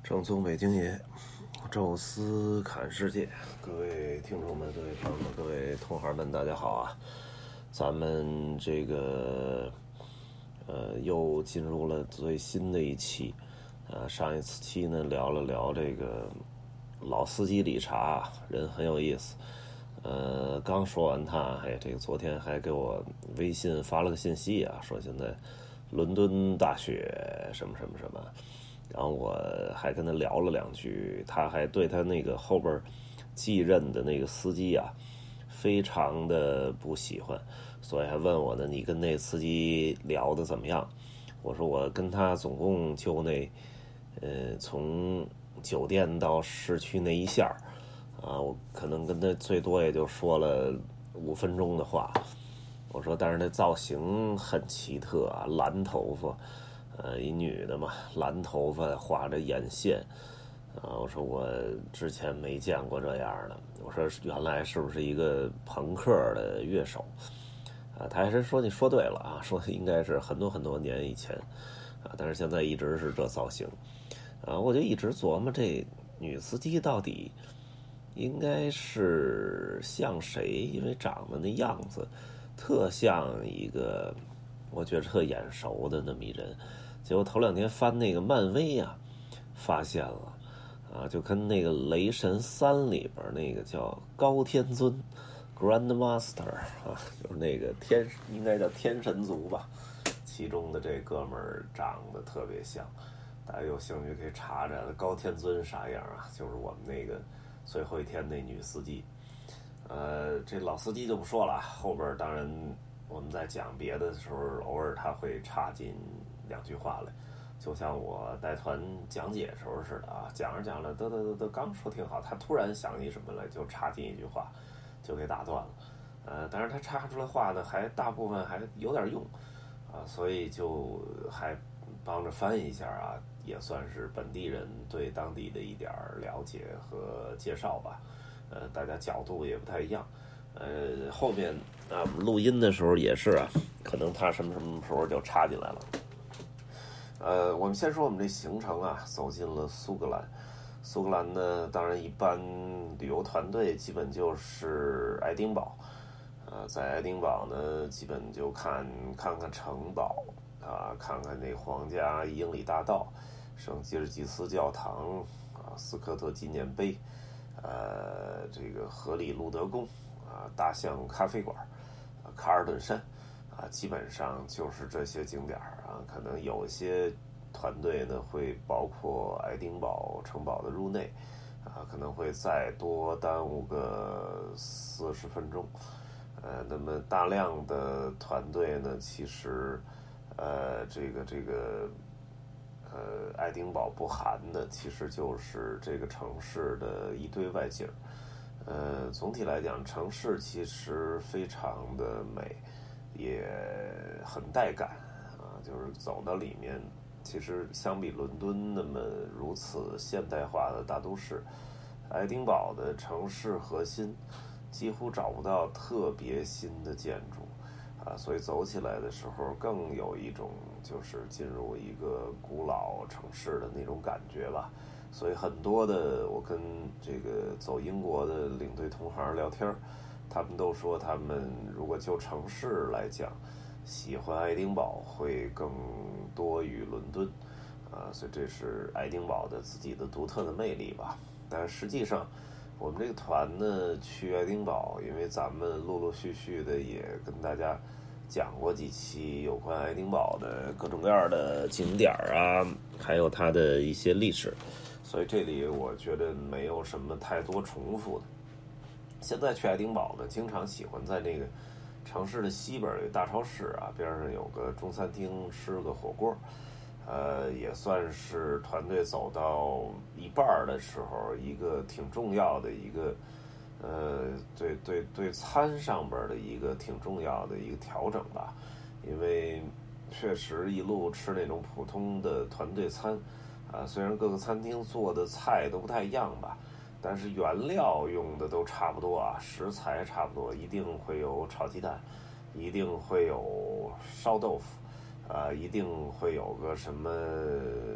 正宗北京爷，宙斯侃世界，各位听众们、各位朋友们、各位同行们，大家好啊！咱们这个又进入了最新的一期，上一次期呢聊了聊这个老司机理查，人很有意思。刚说完他，这个昨天还给我微信发了个信息啊，说现在伦敦大雪什么什么什么。然后我还跟他聊了两句，他还对他那个后边继任的那个司机啊，非常的不喜欢，所以还问我呢，你跟那司机聊的怎么样？我说我跟他总共就从酒店到市区那一下啊，我可能跟他最多也就说了5分钟的话。我说，但是那造型很奇特啊，蓝头发。一女的嘛，蓝头发，画着眼线，我说我之前没见过这样的，我说原来是不是一个朋克的乐手？他还是说你说对了啊，说应该是很多很多年以前，但是现在一直是这造型，我就一直琢磨这女司机到底应该是像谁，因为长得那样子特像一个我觉得特眼熟的那么一人。结果头2天翻那个漫威啊，发现了就跟那个雷神3里边那个叫高天尊 Grandmaster 就是那个应该叫天神族吧，其中的这哥们儿长得特别像。大家有兴趣可以查查高天尊啥样啊，就是我们那个最后一天那女司机。这老司机就不说了，后边当然我们在讲别的时候，偶尔他会插进2句话来，就像我带团讲解时候似的啊，讲着讲着，得刚说挺好，他突然想起什么来，就插进1句话，就给打断了。但是他插出来话呢，还大部分还有点用所以就还帮着翻译一下啊，也算是本地人对当地的一点了解和介绍吧。大家角度也不太一样。后面录音的时候也是可能他什么时候就插进来了。我们先说我们这行程走进了苏格兰。苏格兰呢，当然一般旅游团队基本就是爱丁堡。在爱丁堡呢，基本就看看城堡看看那皇家1英里大道、圣吉尔吉斯教堂斯科特纪念碑。这个荷里路德宫大象咖啡馆卡尔顿山基本上就是这些景点可能有些团队呢会包括爱丁堡城堡的入内可能会再多耽误个40分钟。那么大量的团队呢，其实爱丁堡不含的其实就是这个城市的一堆外景。总体来讲，城市其实非常的美，也很带感就是走到里面，其实相比伦敦那么如此现代化的大都市，爱丁堡的城市核心几乎找不到特别新的建筑所以走起来的时候更有一种就是进入一个古老城市的那种感觉吧。所以很多的我跟这个走英国的领队同行聊天，他们都说他们如果就城市来讲，喜欢爱丁堡会更多于伦敦所以这是爱丁堡的自己的独特的魅力吧。但实际上我们这个团呢去爱丁堡，因为咱们陆陆续续的也跟大家讲过几期有关爱丁堡的各种各样的景点还有它的一些历史，所以这里我觉得没有什么太多重复的。现在去爱丁堡呢，经常喜欢在那个城市的西边有大超市边上有个中餐厅吃个火锅。也算是团队走到一半的时候一个挺重要的一个对餐上边的一个挺重要的一个调整吧。因为确实一路吃那种普通的团队餐虽然各个餐厅做的菜都不太一样吧，但是原料用的都差不多食材差不多，一定会有炒鸡蛋，一定会有烧豆腐一定会有个什么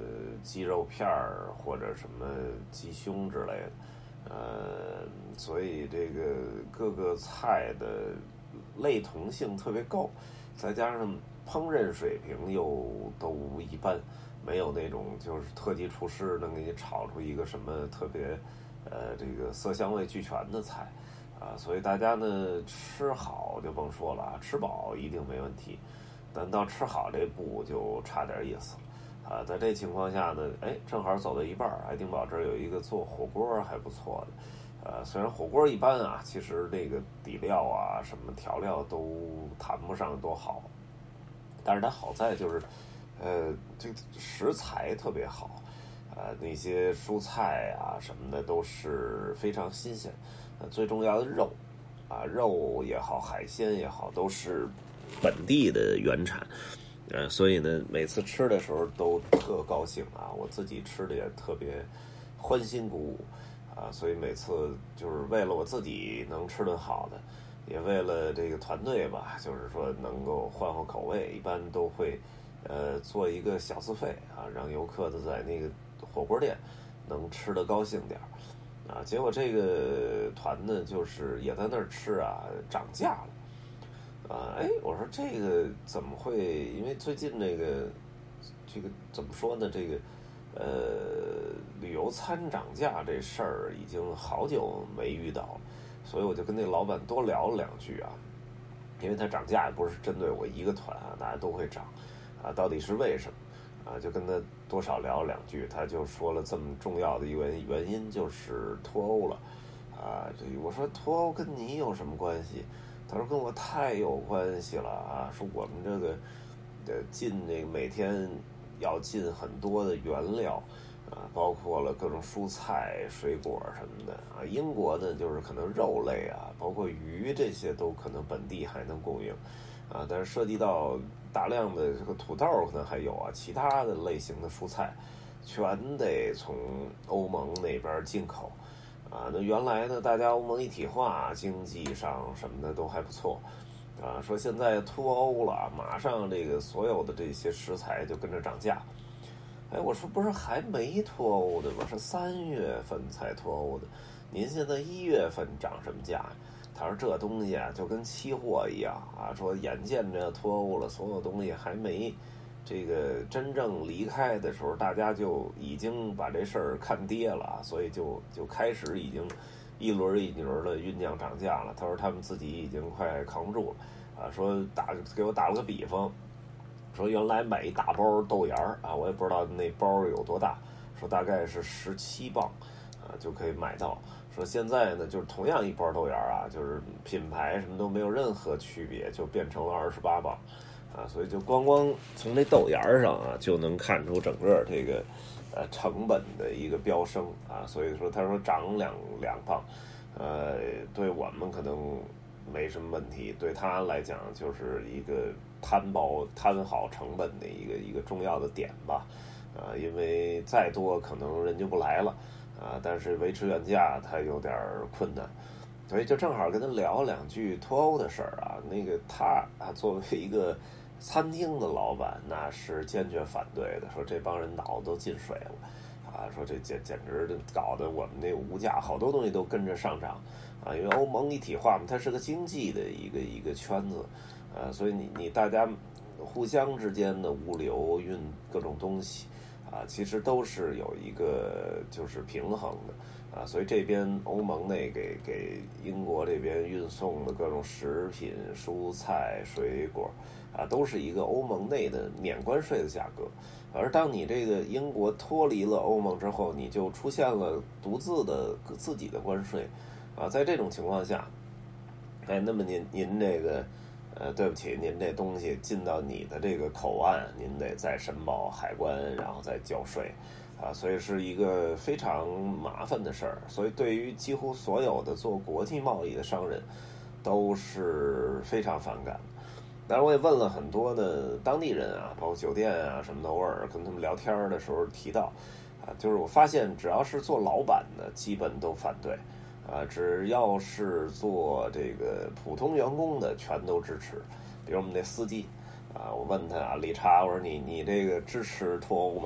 鸡肉片儿或者什么鸡胸之类的，所以这个各个菜的类同性特别高，再加上烹饪水平又都一般，没有那种就是特级厨师能给你炒出一个什么特别这个色香味俱全的菜啊，所以大家呢吃好就甭说了，吃饱一定没问题，但到吃好这步就差点意思啊。在这情况下呢，正好走到一半，爱丁堡这儿有一个做火锅还不错的。虽然火锅一般啊，其实那个底料啊、什么调料都谈不上多好，但是它好在就是，这个食材特别好，那些蔬菜啊什么的都是非常新鲜，最重要的肉，肉也好，海鲜也好，都是本地的原产，所以呢，每次吃的时候都特高兴啊，我自己吃的也特别欢欣鼓舞。所以每次就是为了我自己能吃顿好的，也为了这个团队吧，就是说能够换换口味，一般都会做一个小自费啊，让游客的在那个火锅店能吃得高兴点啊。结果这个团呢，就是也在那儿吃啊，涨价了。我说这个怎么会？因为最近这个怎么说呢？这个旅游餐涨价这事儿已经好久没遇到了，所以我就跟那老板多聊了两句啊，因为他涨价也不是针对我一个团啊，大家都会涨啊，到底是为什么啊？就跟他多少聊了两句，他就说了这么重要的一个原因，就是脱欧了啊。我说脱欧跟你有什么关系？他说跟我太有关系了啊，说我们这个进这个每天要进很多的原料包括了各种蔬菜、水果什么的啊。英国呢，就是可能肉类啊，包括鱼这些都可能本地还能供应啊，但是涉及到大量的这个土豆可能还有啊，其他的类型的蔬菜全得从欧盟那边进口啊。那原来呢，大家欧盟一体化，经济上什么的都还不错。说现在脱欧了，马上这个所有的这些食材就跟着涨价。我说不是还没脱欧的吗？是3月份才脱欧的，您现在1月份涨什么价？他说这东西啊就跟期货一样啊，说眼见着脱欧了，所有东西还没这个真正离开的时候，大家就已经把这事儿看跌了，所以就开始已经一轮一轮的酝酿涨价了。他说他们自己已经快扛不住了说给我打了个比方，说原来买一大包豆芽我也不知道那包有多大，说大概是17磅就可以买到。说现在呢，就是同样一包豆芽就是品牌什么都没有任何区别，就变成了28磅所以就光从这豆芽上就能看出整个这个成本的一个飙升所以说他说涨两磅对我们可能没什么问题，对他来讲就是一个摊好成本的一个重要的点吧因为再多可能人就不来了但是维持原价它有点困难，所以就正好跟他聊两句脱欧的事儿那个他作为一个餐厅的老板，那是坚决反对的，说这帮人脑子都进水了说这简直搞得我们那物价好多东西都跟着上涨因为欧盟一体化嘛，它是个经济的一个圈子所以你大家互相之间的物流运各种东西其实都是有一个就是平衡的所以这边欧盟内给英国这边运送的各种食品、蔬菜、水果都是一个欧盟内的免关税的价格。而当你这个英国脱离了欧盟之后，你就出现了自己的关税在这种情况下那么您这个对不起，您这东西进到你的这个口岸，您得再申报海关，然后再交税所以是一个非常麻烦的事儿。所以对于几乎所有的做国际贸易的商人都是非常反感。当然我也问了很多的当地人包括酒店什么的，偶尔跟他们聊天的时候提到就是我发现只要是做老板的基本都反对只要是做这个普通员工的全都支持。比如我们那司机我问他理查，我说你这个支持脱欧吗？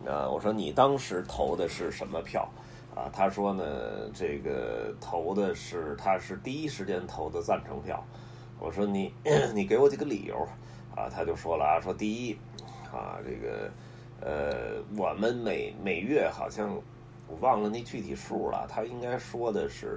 我说你当时投的是什么票？他说呢，这个投的是他是第一时间投的赞成票。我说你你给我几个理由他就说了说第一这个我们每月好像我忘了那具体数了，他应该说的是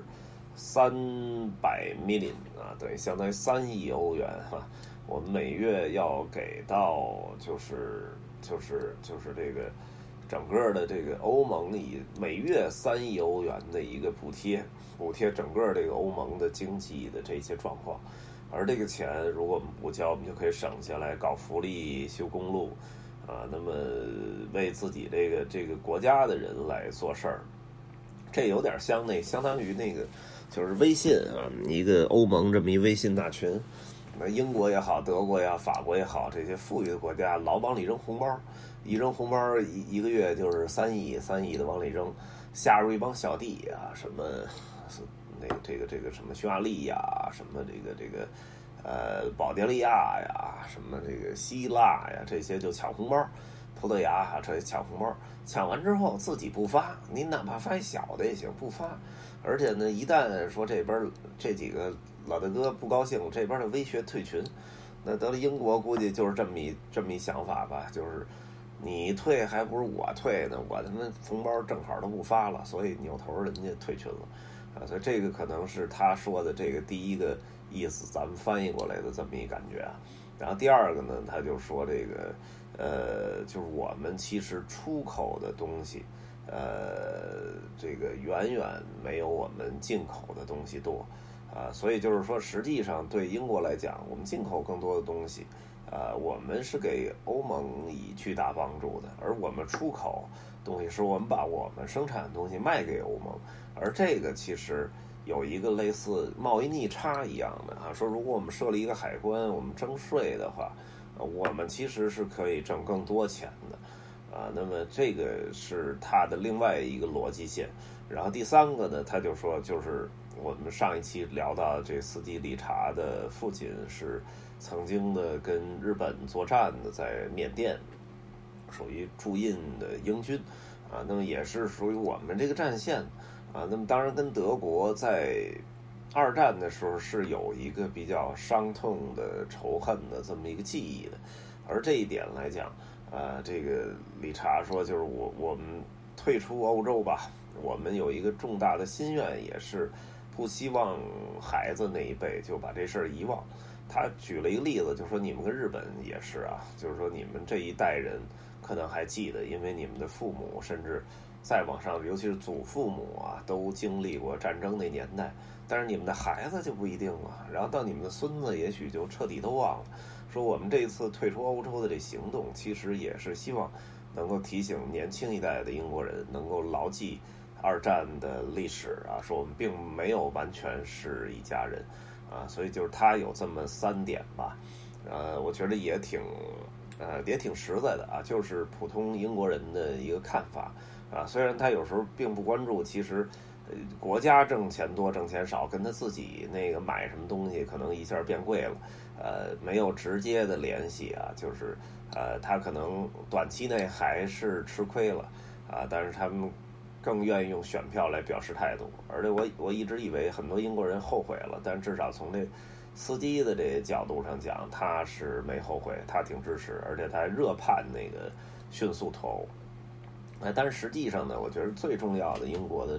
300 million对，相当于3亿欧元我们每月要给到就是这个整个的这个欧盟以每月3亿欧元的一个补贴整个这个欧盟的经济的这些状况，而这个钱如果我们不交，我们就可以省下来搞福利、修公路那么为自己这个国家的人来做事儿，这有点相当于那个就是微信一个欧盟这么一微信大群。那英国也好，德国也好，法国也好，这些富裕的国家老往里扔红包，一扔红包一个月就是3亿的往里扔，下入一帮小弟什么这个什么匈牙利什么这个保加利亚什么这个希腊这些就抢红包，葡萄牙这些抢红包，抢完之后自己不发，你哪怕发一小的也行，不发。而且呢，一旦说这边这几个老大哥不高兴，这边的威胁退群，那得了英国估计就是这么一想法吧，就是你退还不如我退呢，我他妈红包正好都不发了，所以扭头人家退群了所以这个可能是他说的这个第一个意思，咱们翻译过来的这么一感觉然后第二个呢，他就说这个就是我们其实出口的东西这个远远没有我们进口的东西多所以就是说实际上对英国来讲，我们进口更多的东西我们是给欧盟以巨大帮助的，而我们出口东西是我们把我们生产的东西卖给欧盟，而这个其实有一个类似贸易逆差一样的说如果我们设立一个海关，我们征税的话我们其实是可以挣更多钱的那么这个是他的另外一个逻辑线。然后第三个呢，他就说就是我们上一期聊到这司机理查的父亲是曾经的跟日本作战的，在缅甸属于驻印的英军那么也是属于我们这个战线那么当然跟德国在二战的时候是有一个比较伤痛的仇恨的这么一个记忆的，而这一点来讲这个理查说就是我们退出欧洲吧，我们有一个重大的心愿，也是不希望孩子那一辈就把这事儿遗忘。他举了一个例子，就说你们跟日本也是就是说你们这一代人可能还记得，因为你们的父母甚至再往上，尤其是祖父母都经历过战争那年代，但是你们的孩子就不一定了，然后到你们的孙子也许就彻底都忘了。说我们这一次退出欧洲的这行动，其实也是希望能够提醒年轻一代的英国人能够牢记二战的历史说我们并没有完全是一家人所以就是他有这么3点吧我觉得也挺实在的就是普通英国人的一个看法虽然他有时候并不关注，其实国家挣钱多挣钱少跟他自己那个买什么东西可能一下变贵了没有直接的联系就是他可能短期内还是吃亏了但是他们更愿意用选票来表示态度。而且我一直以为很多英国人后悔了，但至少从这司机的这角度上讲，他是没后悔，他挺支持，而且他还热盼那个迅速脱欧但是实际上呢，我觉得最重要的英国的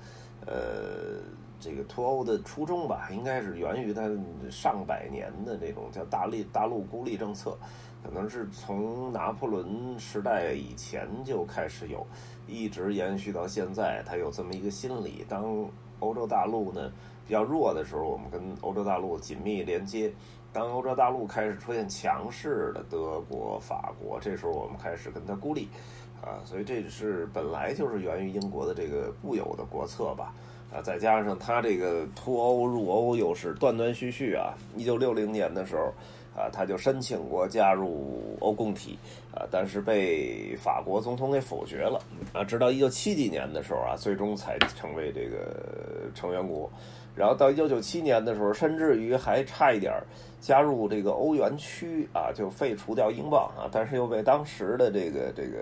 这个脱欧的初衷吧，应该是源于它上百年的这种叫大陆孤立政策，可能是从拿破仑时代以前就开始有，一直延续到现在。它有这么一个心理，当欧洲大陆呢比较弱的时候，我们跟欧洲大陆紧密连接；当欧洲大陆开始出现强势的德国、法国，这时候我们开始跟它孤立所以这是本来就是源于英国的这个固有的国策吧再加上他这个脱欧入欧又是断断续续1960年的时候他就申请过加入欧共体但是被法国总统给否决了直到1970几年的时候最终才成为这个成员国。然后到1997年的时候，甚至于还差一点加入这个欧元区就废除掉英镑但是又被当时的这个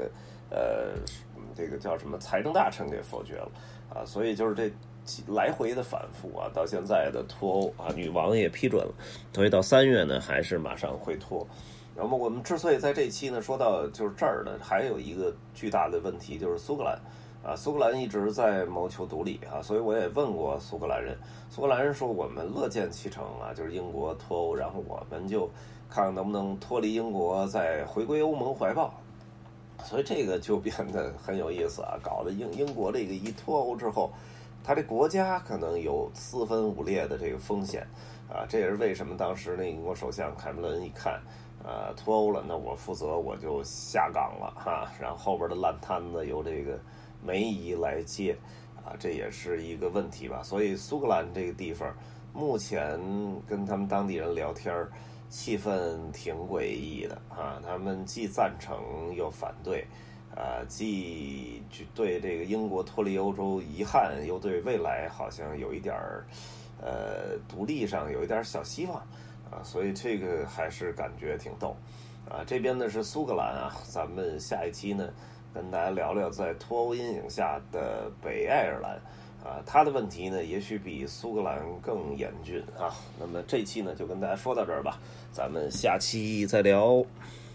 这个叫什么财政大臣给否决了啊，所以就是这来回的反复啊，到现在的脱欧啊，女王也批准了，所以到3月呢，还是马上会脱。那么我们之所以在这期呢说到就是这儿呢，还有一个巨大的问题就是苏格兰啊，苏格兰一直在谋求独立啊，所以我也问过苏格兰人，苏格兰人说我们乐见其成啊，就是英国脱欧，然后我们就看看能不能脱离英国，再回归欧盟怀抱。所以这个就变得很有意思啊，搞得英国这个一脱欧之后，他这国家可能有四分五裂的这个风险啊，这也是为什么当时那英国首相凯梅伦一看，脱欧了，那我负责我就下岗了哈，然后后边的烂摊子由这个梅姨来接啊，这也是一个问题吧。所以苏格兰这个地方目前跟他们当地人聊天气氛挺诡异的啊，他们既赞成又反对，既对这个英国脱离欧洲遗憾，又对未来好像有一点独立上有一点小希望啊，所以这个还是感觉挺逗啊。这边呢是苏格兰啊，咱们下一期呢跟大家聊聊在脱欧阴影下的北爱尔兰。他的问题呢，也许比苏格兰更严峻啊。那么这期呢，就跟大家说到这儿吧，咱们下期再聊。